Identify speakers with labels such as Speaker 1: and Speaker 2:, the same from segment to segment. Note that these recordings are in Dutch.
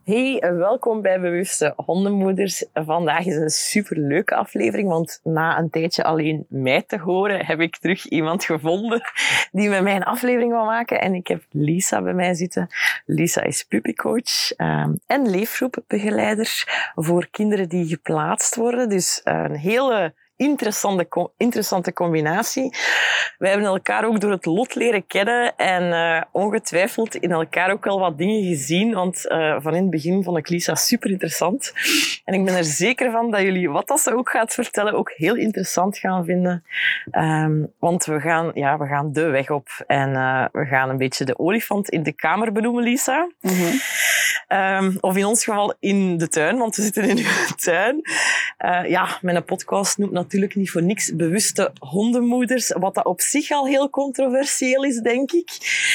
Speaker 1: Hey, welkom bij Bewuste Hondenmoeders. Vandaag is een superleuke aflevering, want na een tijdje alleen mij te horen, heb ik terug iemand gevonden die met mij een aflevering wil maken. En ik heb Lisa bij mij zitten. Lisa is puppycoach en leefgroepbegeleider voor kinderen die geplaatst worden. Dus een hele interessante combinatie. Wij hebben elkaar ook door het lot leren kennen en ongetwijfeld in elkaar ook wel wat dingen gezien, want van in het begin vond ik Lisa super interessant. En ik ben er zeker van dat jullie wat dat ze ook gaat vertellen ook heel interessant gaan vinden. Want we gaan de weg op en we gaan een beetje de olifant in de kamer benoemen, Lisa. Mm-hmm. Of in ons geval in de tuin, want we zitten in de tuin. Mijn podcast noemt natuurlijk niet voor niks Bewuste Hondenmoeders, wat dat op zich al heel controversieel is, denk ik.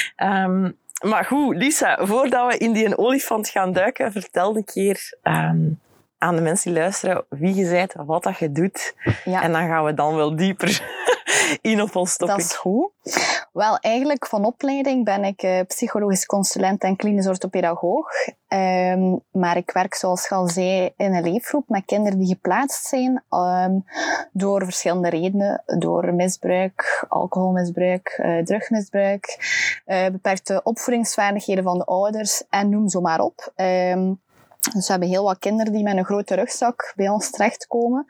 Speaker 1: Maar goed, Lisa, voordat we in die olifant gaan duiken, vertel een keer aan de mensen die luisteren wie je bent, wat dat je doet. Ja. En dan gaan we dan wel dieper in op ons topic.
Speaker 2: Dat is goed. Wel, eigenlijk van opleiding ben ik psychologisch consulent en klinisch orthopedagoog. Maar ik werk, zoals je al zei, in een leefgroep met kinderen die geplaatst zijn door verschillende redenen. Door misbruik, alcoholmisbruik, drugmisbruik, beperkte opvoedingsvaardigheden van de ouders en noem zo maar op. Dus we hebben heel wat kinderen die met een grote rugzak bij ons terechtkomen.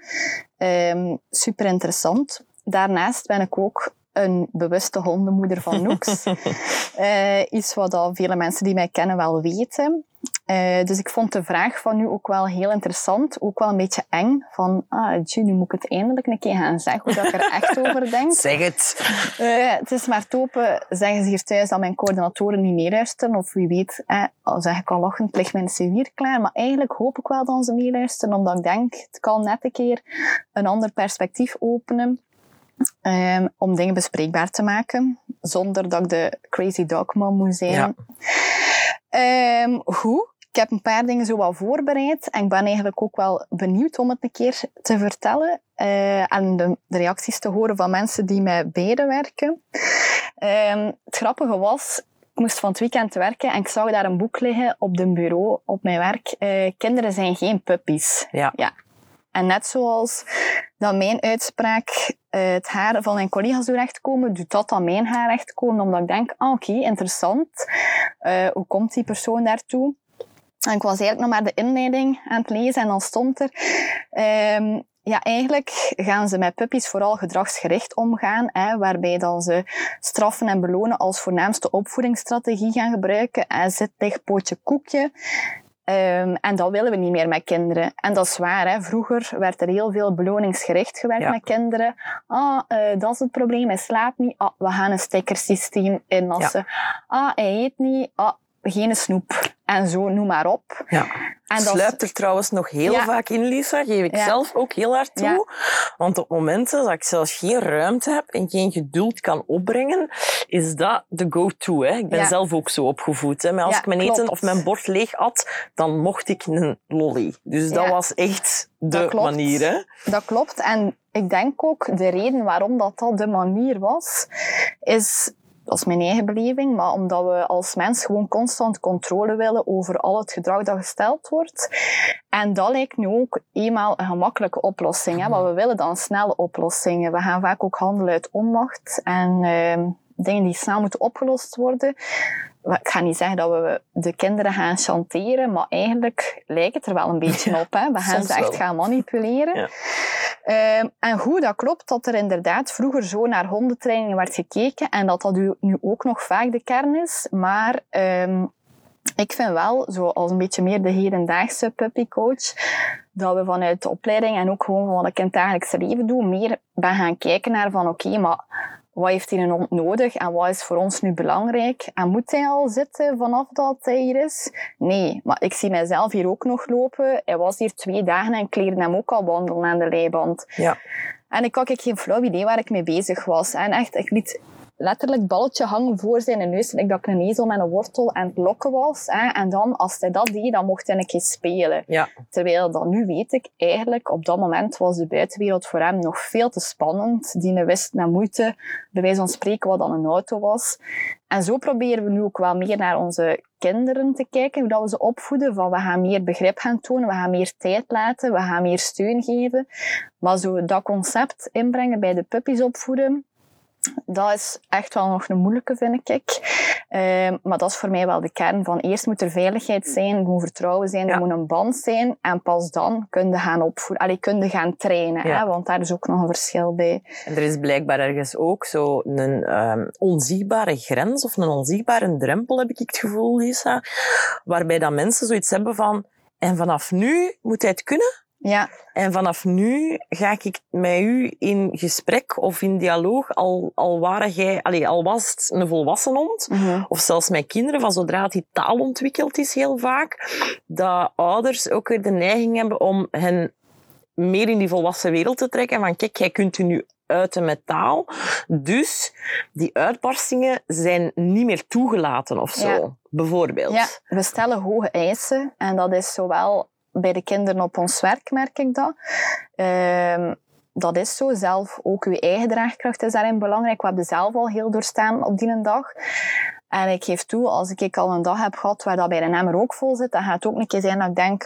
Speaker 2: Super interessant. Daarnaast ben ik ook een bewuste hondenmoeder van Nooks. Iets wat al vele mensen die mij kennen wel weten. Dus ik vond de vraag van u ook wel heel interessant. Ook wel een beetje eng. Van, nu moet ik het eindelijk een keer gaan zeggen hoe dat ik er echt over denk.
Speaker 1: Zeg het.
Speaker 2: Het is maar te hopen, zeggen ze hier thuis, dat mijn coördinatoren niet meeluisteren. Of wie weet, al zeg ik al lachend, ligt mijn CV klaar. Maar eigenlijk hoop ik wel dat ze meeluisteren. Omdat ik denk, het kan net een keer een ander perspectief openen. Om dingen bespreekbaar te maken. Zonder dat ik de crazy dog mom moet zijn. Ja. Goed. Ik heb een paar dingen zo wat voorbereid. En ik ben eigenlijk ook wel benieuwd om het een keer te vertellen. En de reacties te horen van mensen die met beiden werken. Het grappige was, ik moest van het weekend werken en ik zag daar een boek liggen op de bureau, op mijn werk. Kinderen zijn geen puppies.
Speaker 1: Ja.
Speaker 2: En net zoals dat mijn uitspraak het haar van mijn collega's doet rechtkomen, doet dat dan mijn haar rechtkomen. Omdat ik denk, oké, interessant. Hoe komt die persoon daartoe? En ik was eigenlijk nog maar de inleiding aan het lezen en dan stond er... eigenlijk gaan ze met puppies vooral gedragsgericht omgaan, waarbij dan ze straffen en belonen als voornaamste opvoedingsstrategie gaan gebruiken. Zit, lig, pootje, koekje. En dat willen we niet meer met kinderen. En dat is waar. Hè. Vroeger werd er heel veel beloningsgericht gewerkt met kinderen. Dat is het probleem. Hij slaapt niet. We gaan een stickersysteem inlassen. Hij eet niet. Geen snoep. En zo, noem maar op.
Speaker 1: Ja. En sluipt er trouwens nog heel vaak in, Lisa. Geef ik zelf ook heel hard toe. Ja. Want op momenten dat ik zelfs geen ruimte heb en geen geduld kan opbrengen, is dat de go-to. Hè. Ik ben zelf ook zo opgevoed. Hè. Maar als ik mijn eten of mijn bord leeg at, dan mocht ik een lolly. Dus dat was echt de manier. Hè.
Speaker 2: Dat klopt. En ik denk ook, de reden waarom dat de manier was, is... Dat is mijn eigen beleving, maar omdat we als mens gewoon constant controle willen over al het gedrag dat gesteld wordt. En dat lijkt nu ook eenmaal een gemakkelijke oplossing. Hè? Want we willen dan snelle oplossingen. We gaan vaak ook handelen uit onmacht en dingen die snel moeten opgelost worden. Ik ga niet zeggen dat we de kinderen gaan chanteren, maar eigenlijk lijkt het er wel een beetje op. Hè? We gaan ze echt gaan manipuleren. Ja. En goed, dat klopt dat er inderdaad vroeger zo naar hondentrainingen werd gekeken en dat nu ook nog vaak de kern is. Maar ik vind wel, zoals een beetje meer de hedendaagse puppycoach, dat we vanuit de opleiding en ook gewoon van wat ik in het dagelijkse leven doe, meer ben gaan kijken naar van oké, maar wat heeft hij een hond nodig en wat is voor ons nu belangrijk? En moet hij al zitten vanaf dat hij hier is? Nee, maar ik zie mijzelf hier ook nog lopen. Hij was hier 2 dagen en ik leerde hem ook al wandelen aan de leiband.
Speaker 1: Ja.
Speaker 2: En ik had geen flauw idee waar ik mee bezig was. En echt, ik liet letterlijk balletje hangen voor zijn neus. En ik dat ik een ezel met een wortel aan het lokken was. Hè. En dan, als hij dat deed, dan mocht hij een keer spelen.
Speaker 1: Ja.
Speaker 2: Terwijl dat nu weet ik, eigenlijk op dat moment was de buitenwereld voor hem nog veel te spannend. Die wist met moeite, bij wijze van spreken, wat dan een auto was. En zo proberen we nu ook wel meer naar onze kinderen te kijken, hoe dat we ze opvoeden. Van we gaan meer begrip gaan tonen, we gaan meer tijd laten, we gaan meer steun geven. Maar zo dat concept inbrengen bij de puppies opvoeden, dat is echt wel nog een moeilijke, vind ik. Maar dat is voor mij wel de kern van eerst moet er veiligheid zijn, er moet vertrouwen zijn, er moet een band zijn en pas dan kun je gaan opvoeden. Allee, kun je gaan trainen, hè, want daar is ook nog een verschil bij.
Speaker 1: En er is blijkbaar ergens ook zo een onzichtbare grens of een onzichtbare drempel, heb ik het gevoel, Lisa, waarbij dat mensen zoiets hebben van en vanaf nu moet hij het kunnen?
Speaker 2: Ja.
Speaker 1: En vanaf nu ga ik met u in gesprek of in dialoog, al was het een volwassen hond, of zelfs met kinderen, van zodra die taal ontwikkeld is heel vaak, dat ouders ook weer de neiging hebben om hen meer in die volwassen wereld te trekken. Van kijk, jij kunt u nu uiten met taal. Dus die uitbarstingen zijn niet meer toegelaten of zo, bijvoorbeeld.
Speaker 2: Ja, we stellen hoge eisen en dat is zowel bij de kinderen op ons werk, merk ik dat. Dat is zo. Zelf ook uw eigen draagkracht is daarin belangrijk. We hebben zelf al heel doorstaan op die dag. En ik geef toe, als ik al een dag heb gehad waar dat bij de emmer ook vol zit, dan gaat het ook een keer zijn dat ik denk,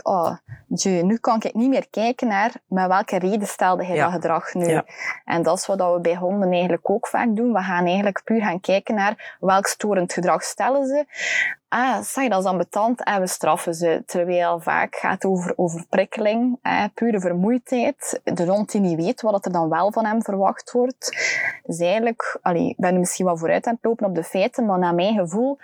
Speaker 2: nu kan ik niet meer kijken naar met welke reden stelde hij dat gedrag nu. Ja. En dat is wat we bij honden eigenlijk ook vaak doen. We gaan eigenlijk puur gaan kijken naar welk storend gedrag stellen ze. Zeg, dat is ambetant en we straffen ze. Terwijl vaak gaat het over prikkeling, pure vermoeidheid. De hond die niet weet wat er dan wel van hem verwacht wordt. Dus eigenlijk, ik ben er misschien wel vooruit aan het lopen op de feiten, maar naar mijn gevoel,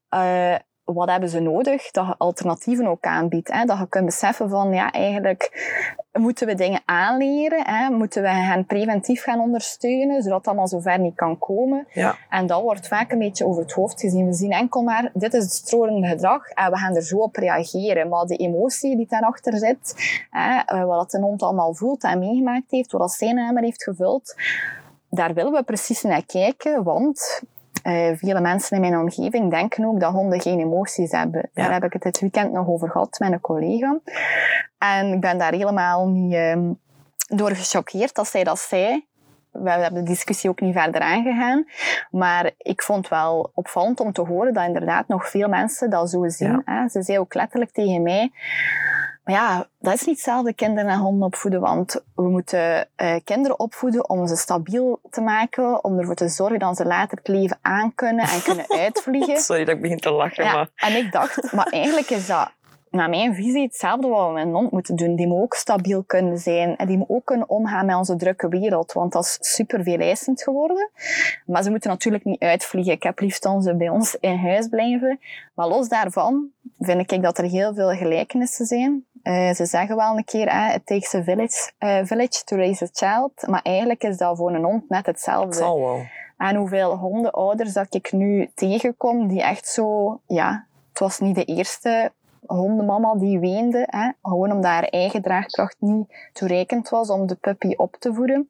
Speaker 2: wat hebben ze nodig? Dat je alternatieven ook aanbiedt. Dat je kunt beseffen van, ja, eigenlijk moeten we dingen aanleren. Moeten we hen preventief gaan ondersteunen, zodat het allemaal zover niet kan komen. Ja. En dat wordt vaak een beetje over het hoofd gezien. We zien enkel maar, dit is het storende gedrag en we gaan er zo op reageren. Maar de emotie die daarachter zit, wat een hond allemaal voelt en meegemaakt heeft, wat zijn emmer heeft gevuld, daar willen we precies naar kijken, want vele mensen in mijn omgeving denken ook dat honden geen emoties hebben. Ja. Daar heb ik het dit weekend nog over gehad met een collega. En ik ben daar helemaal niet door gechoqueerd dat zij dat zei. We hebben de discussie ook niet verder aangegaan. Maar ik vond wel opvallend om te horen dat inderdaad nog veel mensen dat zo zien. Ja. Ze zei ook letterlijk tegen mij, maar ja, dat is niet hetzelfde kinderen en honden opvoeden, want we moeten kinderen opvoeden om ze stabiel te maken, om ervoor te zorgen dat ze later het leven aankunnen en kunnen uitvliegen.
Speaker 1: Sorry dat ik begin te lachen.
Speaker 2: Ja,
Speaker 1: maar...
Speaker 2: En ik dacht, maar eigenlijk is dat naar mijn visie hetzelfde wat we met een hond moeten doen. Die moet ook stabiel kunnen zijn en die moet ook kunnen omgaan met onze drukke wereld, want dat is super veel eisend geworden. Maar ze moeten natuurlijk niet uitvliegen. Ik heb liefst dat ze bij ons in huis blijven. Maar los daarvan vind ik dat er heel veel gelijkenissen zijn. Ze zeggen wel een keer, it takes a village to raise a child. Maar eigenlijk is dat voor een hond net hetzelfde.
Speaker 1: Dat zal wel.
Speaker 2: En hoeveel hondenouders dat ik nu tegenkom, die echt zo, het was niet de eerste hondenmama die weende, gewoon omdat haar eigen draagkracht niet toereikend was om de puppy op te voeden.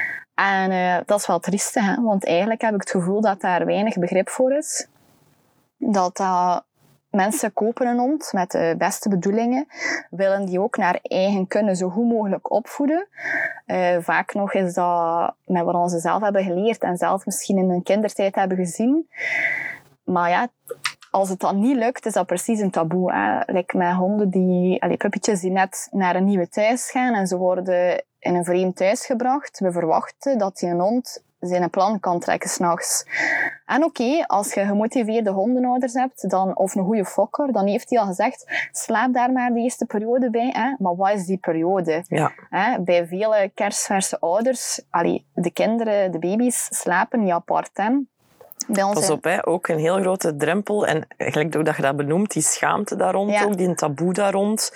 Speaker 2: En dat is wel triestig, want eigenlijk heb ik het gevoel dat daar weinig begrip voor is. Dat mensen kopen een hond met de beste bedoelingen, willen die ook naar eigen kunnen zo goed mogelijk opvoeden. Vaak nog is dat met wat ze zelf hebben geleerd en zelf misschien in hun kindertijd hebben gezien. Maar ja, als het dan niet lukt, is dat precies een taboe. Like met honden puppetjes die net naar een nieuwe thuis gaan en ze worden in een vreemd thuis gebracht. We verwachten dat die een hond zijn plan kan trekken 's nachts. En oké, als je gemotiveerde hondenouders hebt, of een goede fokker, dan heeft hij al gezegd, slaap daar maar de eerste periode bij. Maar wat is die periode? Ja. Bij vele kerstverse ouders, de kinderen, de baby's, slapen niet apart.
Speaker 1: Pas op, ook een heel grote drempel. En gelijk dat je dat benoemt, die schaamte daar rond, ook die taboe daar rond.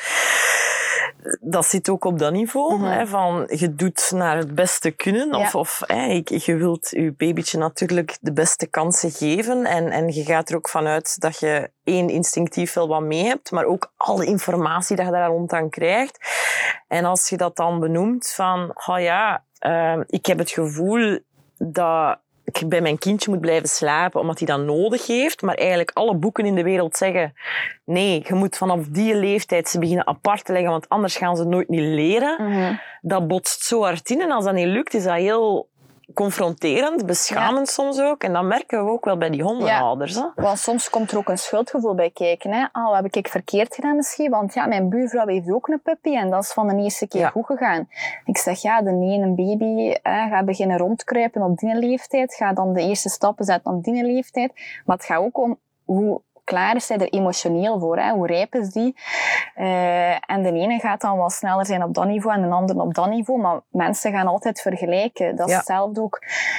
Speaker 1: Dat zit ook op dat niveau, van je doet naar het beste kunnen. Je wilt je babytje natuurlijk de beste kansen geven. En je gaat er ook vanuit dat je instinctief wel wat mee hebt, maar ook alle informatie dat je daar rond aan krijgt. En als je dat dan benoemt van, ik heb het gevoel dat ik bij mijn kindje moet blijven slapen omdat hij dat nodig heeft. Maar eigenlijk alle boeken in de wereld zeggen, nee, je moet vanaf die leeftijd ze beginnen apart te leggen, want anders gaan ze nooit niet leren. Dat botst zo hard in. En als dat niet lukt, is dat heel confronterend, beschamend soms ook. En dat merken we ook wel bij die hondenhouders. Hè?
Speaker 2: Want soms komt er ook een schuldgevoel bij kijken. Hè? Wat heb ik verkeerd gedaan misschien? Want mijn buurvrouw heeft ook een puppy en dat is van de eerste keer goed gegaan. Ik zeg, de ene baby gaat beginnen rondkruipen op die leeftijd, gaat dan de eerste stappen zetten op die leeftijd. Maar het gaat ook om hoe klaar is hij er emotioneel voor? Hè? Hoe rijp is die? En de ene gaat dan wat sneller zijn op dat niveau en de andere op dat niveau. Maar mensen gaan altijd vergelijken. Dat is hetzelfde ook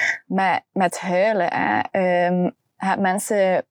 Speaker 2: met huilen. Hè? Mensen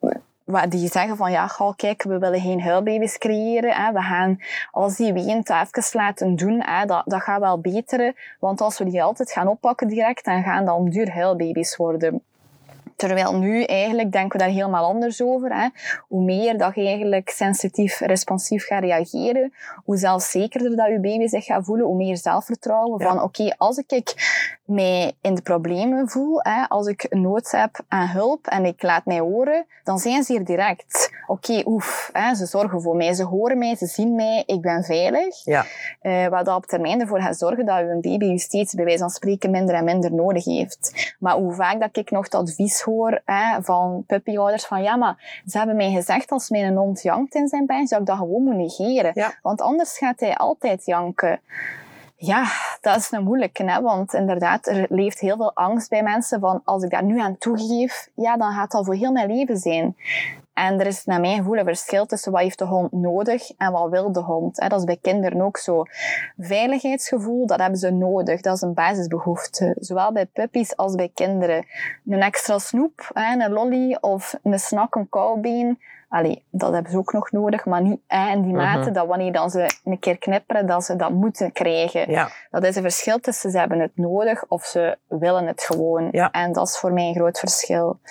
Speaker 2: die zeggen van, kijk, we willen geen huilbaby's creëren. Hè? We gaan, als die weent, even laten doen. Hè? Dat gaat wel beteren. Want als we die altijd gaan oppakken direct, dan gaan dat om duur huilbaby's worden. Terwijl nu eigenlijk denken we daar helemaal anders over. Hè. Hoe meer dat je eigenlijk sensitief, responsief gaat reageren, hoe zelfzekerder dat je baby zich gaat voelen, hoe meer zelfvertrouwen. Van oké, als ik mij in de problemen voel, als ik nood heb aan hulp en ik laat mij horen, dan zijn ze hier direct. Oké, ze zorgen voor mij, ze horen mij, ze zien mij, ik ben veilig. Ja. Wat dat op termijn ervoor gaat zorgen dat je baby je steeds bij wijze van spreken minder en minder nodig heeft. Maar hoe vaak dat ik nog het advies hoor van puppyouders van maar ze hebben mij gezegd als mijn hond jankt in zijn bench, dat ik dat gewoon moet negeren. Ja. Want anders gaat hij altijd janken. Ja, dat is een moeilijke, hè? Want inderdaad, er leeft heel veel angst bij mensen van als ik daar nu aan toegeef, dan gaat dat voor heel mijn leven zijn. En er is naar mijn gevoel een verschil tussen wat heeft de hond nodig en wat wil de hond. Dat is bij kinderen ook zo. Veiligheidsgevoel, dat hebben ze nodig. Dat is een basisbehoefte. Zowel bij puppies als bij kinderen. Een extra snoep, een lolly of een snack, een kauwbeen. Dat hebben ze ook nog nodig, maar niet in die mate dat wanneer dan ze een keer knipperen, dat ze dat moeten krijgen. Ja. Dat is een verschil tussen ze hebben het nodig of ze willen het gewoon. Ja. En dat is voor mij een groot verschil.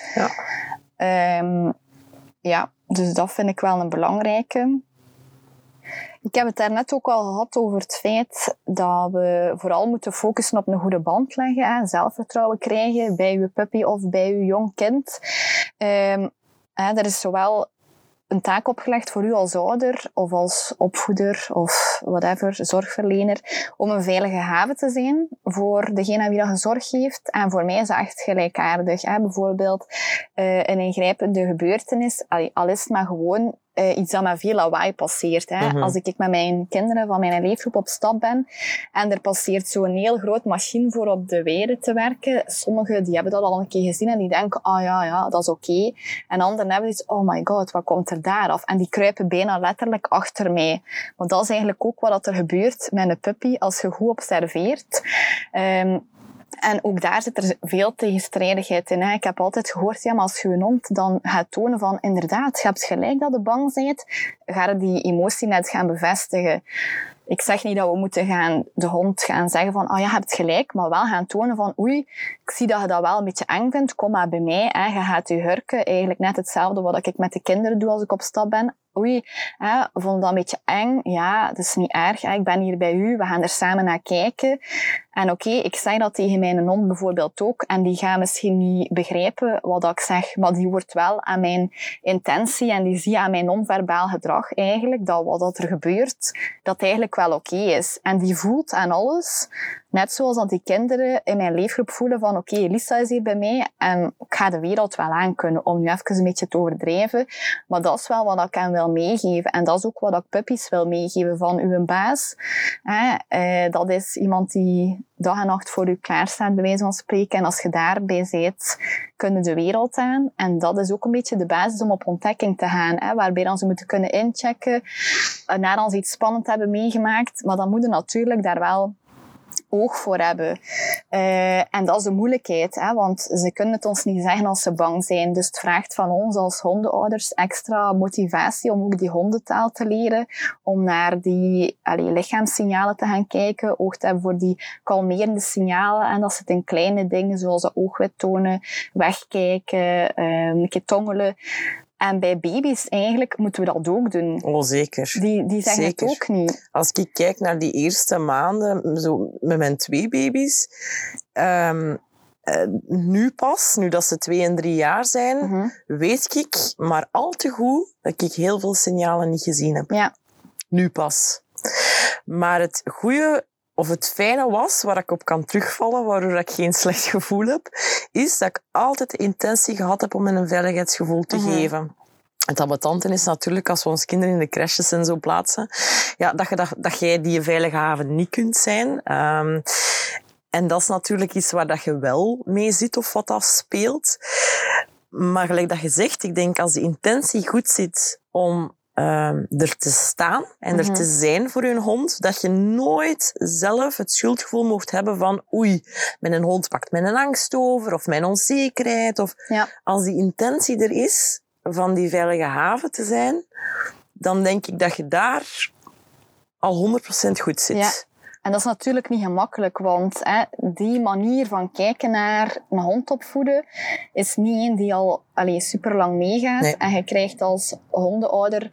Speaker 2: Ja. Dus dat vind ik wel een belangrijke. Ik heb het daarnet ook al gehad over het feit dat we vooral moeten focussen op een goede band leggen. Zelfvertrouwen krijgen bij je puppy of bij je jong kind. Er is zowel een taak opgelegd voor u als ouder of als opvoeder of whatever, zorgverlener, om een veilige haven te zijn voor degene aan wie dat je zorg geeft. En voor mij is dat echt gelijkaardig. Bijvoorbeeld een ingrijpende gebeurtenis, al is het maar gewoon iets dat met veel lawaai passeert. Als ik met mijn kinderen van mijn leefgroep op stap ben en er passeert zo'n heel groot machine voor op de weide te werken. Sommigen die hebben dat al een keer gezien en die denken, dat is oké. En anderen hebben iets, oh my god, wat komt er daar af? En die kruipen bijna letterlijk achter mij. Want dat is eigenlijk ook wat er gebeurt met een puppy als je goed observeert. En ook daar zit er veel tegenstrijdigheid in. Ik heb altijd gehoord, maar als je een hond dan gaat tonen van inderdaad, je hebt gelijk dat je bang bent, ga je die emotie net gaan bevestigen. Ik zeg niet dat we moeten de hond gaan zeggen van, je hebt gelijk, maar wel gaan tonen van, oei, ik zie dat je dat wel een beetje eng vindt, kom maar bij mij, je gaat je hurken. Eigenlijk net hetzelfde wat ik met de kinderen doe als ik op stap ben. Oei, vond dat een beetje eng? Ja, dat is niet erg. Ik ben hier bij u, we gaan er samen naar kijken. En oké, ik zeg dat tegen mijn hond bijvoorbeeld ook. En die gaat misschien niet begrijpen wat ik zeg. Maar die hoort wel aan mijn intentie. En die ziet aan mijn non-verbaal gedrag eigenlijk. Dat wat er gebeurt, dat eigenlijk wel oké is. En die voelt aan alles. Net zoals dat die kinderen in mijn leefgroep voelen van oké, Lisa is hier bij mij. En ik ga de wereld wel aankunnen. Om nu even een beetje te overdrijven. Maar dat is wel wat ik hen wil meegeven. En dat is ook wat ik puppies wil meegeven van uw baas. Dat is iemand die dag en nacht voor u klaarstaat, bij wijze van spreken. En als je daarbij bent, kunnen de wereld aan. En dat is ook een beetje de basis om op ontdekking te gaan. Waarbij dan ze moeten kunnen inchecken. Nadat ze iets spannend hebben meegemaakt. Maar dan moeten natuurlijk daar wel oog voor hebben. En dat is de moeilijkheid, want ze kunnen het ons niet zeggen als ze bang zijn. Dus het vraagt van ons als hondenouders extra motivatie om ook die hondentaal te leren, om naar die lichaamssignalen te gaan kijken, oog te hebben voor die kalmerende signalen. En dat zit in kleine dingen, zoals de oogwit tonen, wegkijken, een keer tongelen. En bij baby's eigenlijk moeten we dat ook doen.
Speaker 1: Oh, zeker.
Speaker 2: Die zeggen zeker. Het ook niet.
Speaker 1: Als ik kijk naar die eerste maanden zo met mijn 2 baby's, nu pas, nu dat ze 2 en 3 jaar zijn, weet ik maar al te goed dat ik heel veel signalen niet gezien heb.
Speaker 2: Ja.
Speaker 1: Nu pas. Maar het goede of het fijne was, waar ik op kan terugvallen, waardoor ik geen slecht gevoel heb, is dat ik altijd de intentie gehad heb om hen een veiligheidsgevoel te geven. Het ambetante is natuurlijk, als we ons kinderen in de crèches en zo plaatsen, ja, dat jij die veilige haven niet kunt zijn. En dat is natuurlijk iets waar dat je wel mee zit of wat dat speelt. Maar gelijk dat je zegt, ik denk als de intentie goed zit om er te staan en er te zijn voor je hond, dat je nooit zelf het schuldgevoel mocht hebben van oei, mijn hond pakt mijn angst over of mijn onzekerheid. Of als die intentie er is van die veilige haven te zijn, dan denk ik dat je daar al 100% goed zit.
Speaker 2: Ja. En dat is natuurlijk niet gemakkelijk, want die manier van kijken naar een hond opvoeden is niet één die al super lang meegaat. Nee. En je krijgt als hondenouder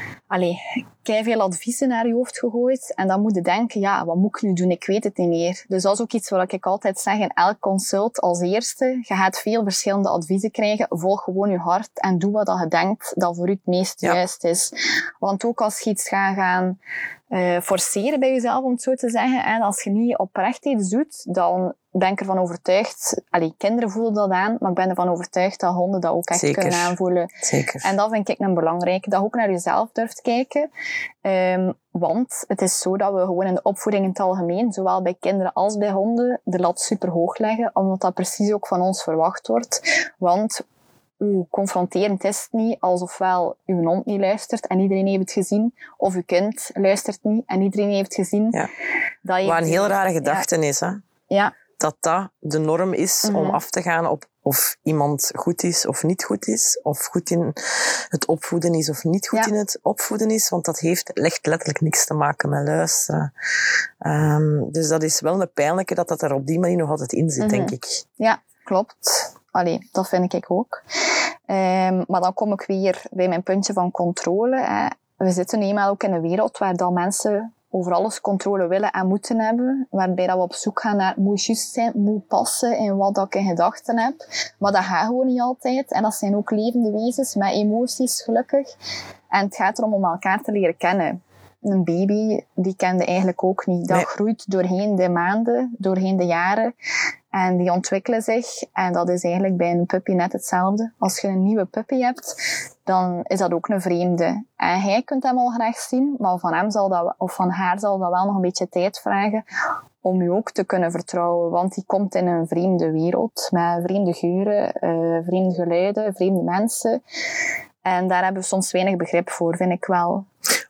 Speaker 2: veel adviezen naar je hoofd gegooid. En dan moet je denken, ja, wat moet ik nu doen? Ik weet het niet meer. Dus dat is ook iets wat ik altijd zeg in elk consult als eerste. Je gaat veel verschillende adviezen krijgen. Volg gewoon je hart en doe wat je denkt dat voor u het meest juist is. Want ook als je iets gaat gaan forceren bij jezelf, om het zo te zeggen, en als je niet oprecht iets doet, dan ben ik ervan overtuigd, kinderen voelen dat aan, maar ik ben ervan overtuigd dat honden dat ook echt kunnen aanvoelen.
Speaker 1: Zeker.
Speaker 2: En dat vind ik een belangrijk, dat je ook naar jezelf durft kijken. Want het is zo dat we gewoon in de opvoeding in het algemeen, zowel bij kinderen als bij honden, de lat super hoog leggen, omdat dat precies ook van ons verwacht wordt. Want hoe confronterend is het niet, als ofwel uw hond niet luistert en iedereen heeft het gezien, of uw kind luistert niet en iedereen heeft het gezien.
Speaker 1: Ja. Wat een heel rare gedachte is, hè?
Speaker 2: Ja.
Speaker 1: Dat de norm is om af te gaan op of iemand goed is of niet goed is, of goed in het opvoeden is of niet goed in het opvoeden is, want dat heeft echt letterlijk niks te maken met luisteren. Dus dat is wel een pijnlijke dat er op die manier nog altijd in zit, denk ik.
Speaker 2: Ja, klopt. Dat vind ik ook. Maar dan kom ik weer bij mijn puntje van controle. We zitten eenmaal ook in een wereld waar dat mensen over alles controle willen en moeten hebben. Waarbij dat we op zoek gaan naar moet juist zijn, moet passen in wat dat ik in gedachten heb. Maar dat gaat gewoon niet altijd. En dat zijn ook levende wezens met emoties, gelukkig. En het gaat erom om elkaar te leren kennen. Een baby, die kende eigenlijk ook niet. Dat groeit doorheen de maanden, doorheen de jaren. En die ontwikkelen zich. En dat is eigenlijk bij een puppy net hetzelfde. Als je een nieuwe puppy hebt, dan is dat ook een vreemde. En hij kunt hem al graag zien, maar van hem zal dat, of van haar zal dat wel nog een beetje tijd vragen om je ook te kunnen vertrouwen. Want die komt in een vreemde wereld, met vreemde geuren, vreemde geluiden, vreemde mensen. En daar hebben we soms weinig begrip voor, vind ik wel.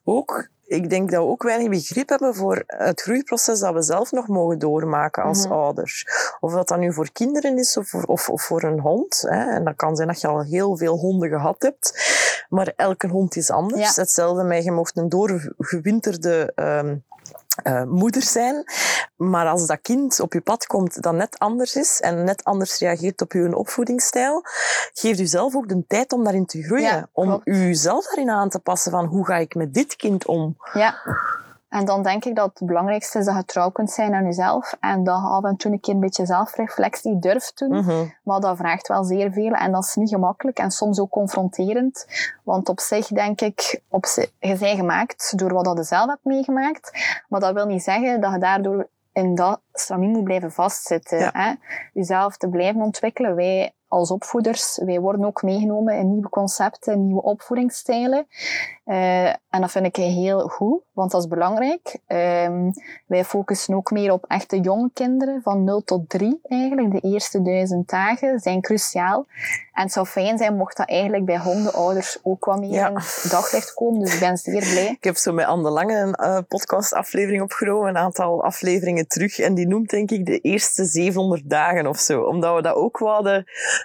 Speaker 1: Ik denk dat we ook weinig begrip hebben voor het groeiproces dat we zelf nog mogen doormaken als ouders. Of dat nu voor kinderen is of voor een hond. Hè. En dat kan zijn dat je al heel veel honden gehad hebt. Maar elke hond is anders. Ja. Hetzelfde met je mocht een doorgewinterde moeder zijn. Maar als dat kind op je pad komt dat net anders is en net anders reageert op je opvoedingsstijl, geef jezelf ook de tijd om daarin te groeien. Ja, om jezelf daarin aan te passen van hoe ga ik met dit kind om.
Speaker 2: Ja. En dan denk ik dat het belangrijkste is dat je trouw kunt zijn aan jezelf en dat je af en toe een keer een beetje zelfreflectie durft doen. Maar dat vraagt wel zeer veel en dat is niet gemakkelijk en soms ook confronterend. Want op zich denk ik, je bent gemaakt door wat je zelf hebt meegemaakt. Maar dat wil niet zeggen dat je daardoor in dat stramien moet blijven vastzitten. Ja. Hè? Jezelf te blijven ontwikkelen. Wij als opvoeders, wij worden ook meegenomen in nieuwe concepten, nieuwe opvoedingsstijlen. En dat vind ik heel goed, want dat is belangrijk. Wij focussen ook meer op echte jonge kinderen, van 0 tot 3 eigenlijk. De eerste 1000 dagen zijn cruciaal. En het zou fijn zijn mocht dat eigenlijk bij hondenouders ook wat meer in het daglicht komen. Dus ik ben zeer blij.
Speaker 1: Ik heb zo met Anne Lange een podcastaflevering opgenomen, een aantal afleveringen terug. En die noemt denk ik de eerste 700 dagen of zo. Omdat we dat ook wilden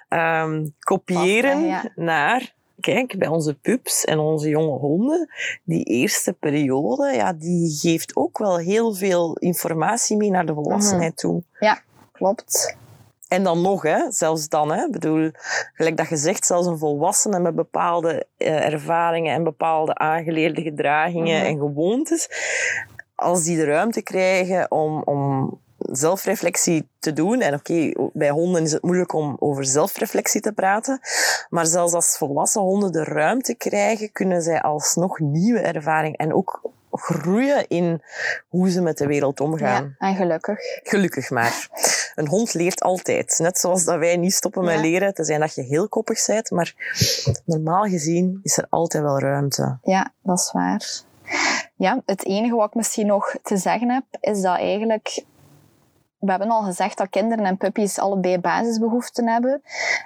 Speaker 1: kopiëren naar... Kijk, bij onze pups en onze jonge honden, die eerste periode, die geeft ook wel heel veel informatie mee naar de volwassenheid toe.
Speaker 2: Ja, klopt.
Speaker 1: En dan nog, zelfs dan. Ik bedoel, gelijk dat je zegt, zelfs een volwassene met bepaalde ervaringen en bepaalde aangeleerde gedragingen en gewoontes, als die de ruimte krijgen om zelfreflectie te doen. En oké, bij honden is het moeilijk om over zelfreflectie te praten. Maar zelfs als volwassen honden de ruimte krijgen, kunnen zij alsnog nieuwe ervaring en ook groeien in hoe ze met de wereld omgaan.
Speaker 2: Ja, en gelukkig.
Speaker 1: Gelukkig maar. Een hond leert altijd. Net zoals dat wij niet stoppen met leren, te zijn dat je heel koppig bent. Maar normaal gezien is er altijd wel ruimte.
Speaker 2: Ja, dat is waar. Ja, het enige wat ik misschien nog te zeggen heb, is dat eigenlijk... We hebben al gezegd dat kinderen en puppies allebei basisbehoeften hebben.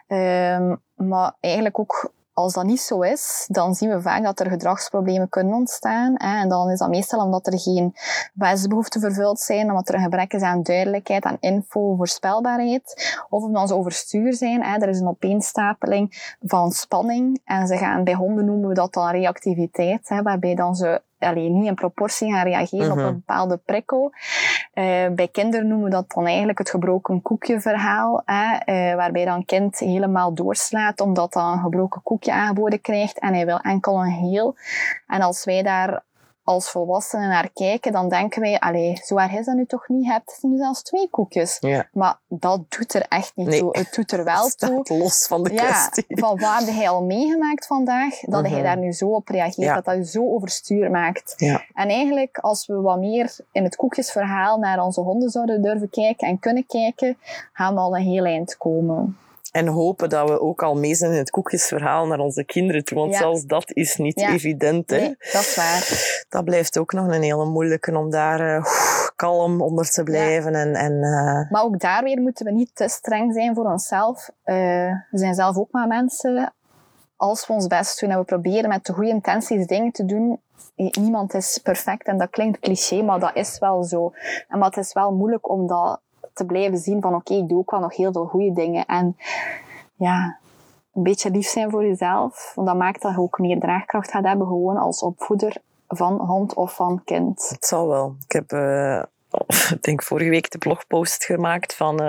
Speaker 2: Maar eigenlijk ook... Als dat niet zo is, dan zien we vaak dat er gedragsproblemen kunnen ontstaan. En dan is dat meestal omdat er geen basisbehoeften vervuld zijn, omdat er een gebrek is aan duidelijkheid, aan info, voorspelbaarheid. Of omdat ze overstuur zijn. Er is een opeenstapeling van spanning. En bij honden noemen we dat dan reactiviteit, waarbij dan ze niet in proportie gaan reageren op een bepaalde prikkel. Bij kinderen noemen we dat dan eigenlijk het gebroken koekje verhaal. Waarbij dan een kind helemaal doorslaat omdat hij een gebroken koekje aangeboden krijgt en hij wil enkel een heel. En als wij daar als volwassenen naar kijken, dan denken wij, zo erg is dat nu toch niet? Je hebt nu zelfs 2 koekjes.
Speaker 1: Ja.
Speaker 2: Maar dat doet er echt niet toe. Het doet er wel toe.
Speaker 1: Het staat los van de kwestie.
Speaker 2: Van wat heb hij al meegemaakt vandaag, dat hij daar nu zo op reageert, dat je zo overstuur maakt.
Speaker 1: Ja.
Speaker 2: En eigenlijk, als we wat meer in het koekjesverhaal naar onze honden zouden durven kijken en kunnen kijken, gaan we al een heel eind komen.
Speaker 1: En hopen dat we ook al mee zijn in het koekjesverhaal naar onze kinderen toe. Want zelfs dat is niet evident. Hè?
Speaker 2: Nee, dat is waar.
Speaker 1: Dat blijft ook nog een hele moeilijke om daar kalm onder te blijven. Ja.
Speaker 2: Maar ook daar weer moeten we niet te streng zijn voor onszelf. We zijn zelf ook maar mensen. Als we ons best doen en we proberen met de goede intenties dingen te doen, niemand is perfect. En dat klinkt cliché, maar dat is wel zo. En maar het is wel moeilijk om dat te blijven zien van oké, ik doe ook wel nog heel veel goede dingen. En ja, een beetje lief zijn voor jezelf. Want dat maakt dat je ook meer draagkracht gaat hebben gewoon als opvoeder van hond of van kind.
Speaker 1: Het zal wel. Ik heb, ik denk vorige week de blogpost gemaakt van...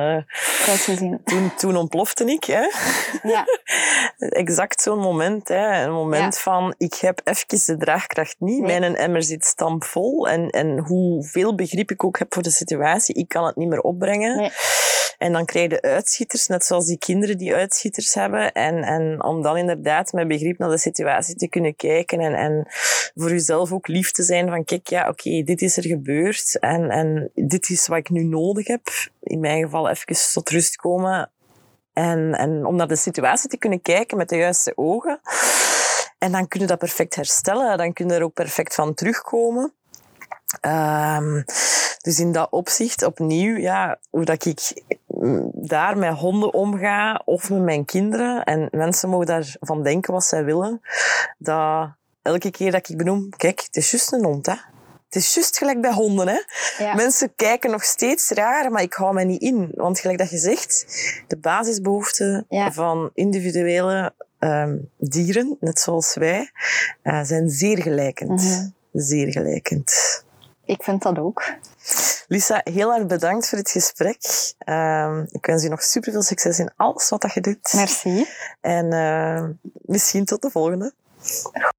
Speaker 1: Toen ontplofte ik, hè.
Speaker 2: Ja.
Speaker 1: Exact zo'n moment, hè. Een moment van, ik heb even de draagkracht niet. Nee. Mijn emmer zit stampvol. En hoeveel begrip ik ook heb voor de situatie, ik kan het niet meer opbrengen. Nee. En dan krijg je uitschieters, net zoals die kinderen die uitschieters hebben. En om dan inderdaad met begrip naar de situatie te kunnen kijken. En voor jezelf ook lief te zijn van, kijk, ja, oké, dit is er gebeurd. En dit is wat ik nu nodig heb. In mijn geval even tot rust komen. En om naar de situatie te kunnen kijken met de juiste ogen. En dan kun je dat perfect herstellen. Dan kun je er ook perfect van terugkomen. Dus in dat opzicht, opnieuw, ja, hoe dat ik daar met honden omga, of met mijn kinderen, en mensen mogen daarvan denken wat zij willen, dat elke keer dat ik benoem, kijk, het is juist een hond, hè. Het is juist gelijk bij honden, hè. Ja. Mensen kijken nog steeds raar, maar ik hou mij niet in. Want gelijk dat je zegt, de basisbehoeften van individuele dieren, net zoals wij, zijn zeer gelijkend. Mm-hmm. Zeer gelijkend.
Speaker 2: Ik vind dat ook.
Speaker 1: Lisa, heel erg bedankt voor het gesprek. Ik wens je nog superveel succes in alles wat je doet.
Speaker 2: Merci.
Speaker 1: En misschien tot de volgende.